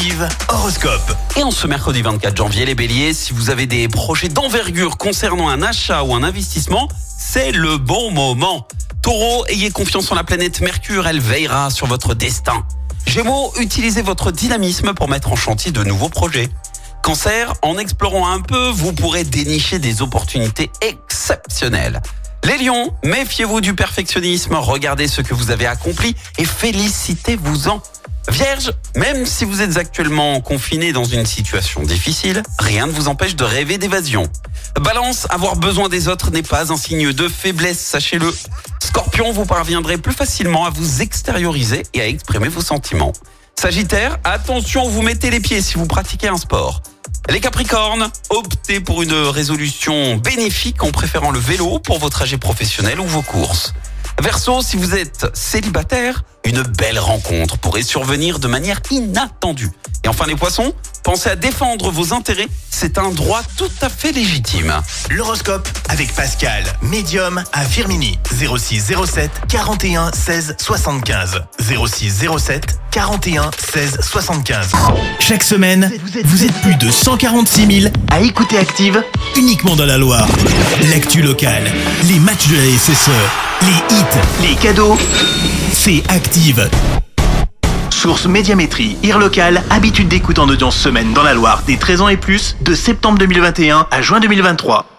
Active Horoscope. Et en ce mercredi 24 janvier, les béliers, si vous avez des projets d'envergure concernant un achat ou un investissement, c'est le bon moment. Taureau, ayez confiance en la planète Mercure, elle veillera sur votre destin. Gémeaux, utilisez votre dynamisme pour mettre en chantier de nouveaux projets. Cancer, en explorant un peu, vous pourrez dénicher des opportunités exceptionnelles. Les lions, méfiez-vous du perfectionnisme, regardez ce que vous avez accompli et félicitez-vous-en. Vierge, même si vous êtes actuellement confiné dans une situation difficile, rien ne vous empêche de rêver d'évasion. Balance, avoir besoin des autres n'est pas un signe de faiblesse, sachez-le. Scorpion, vous parviendrez plus facilement à vous extérioriser et à exprimer vos sentiments. Sagittaire, attention, vous mettez les pieds si vous pratiquez un sport. Les Capricornes, optez pour une résolution bénéfique en préférant le vélo pour vos trajets professionnels ou vos courses. Verseau, si vous êtes célibataire, une belle rencontre pourrait survenir de manière inattendue. Et enfin les poissons, pensez à défendre vos intérêts, c'est un droit tout à fait légitime. L'horoscope avec Pascal, médium à Firminy. 06 07 41 16 75. 06 07 41 16 75. Chaque semaine, vous êtes plus de 146 000 à écouter Active uniquement dans la Loire. L'actu locale, les matchs de la SSE, les hits, les cadeaux, c'est Active. Source Médiamétrie, IR local, habitude d'écoute en audience semaine dans la Loire des 13 ans et plus, de septembre 2021 à juin 2023.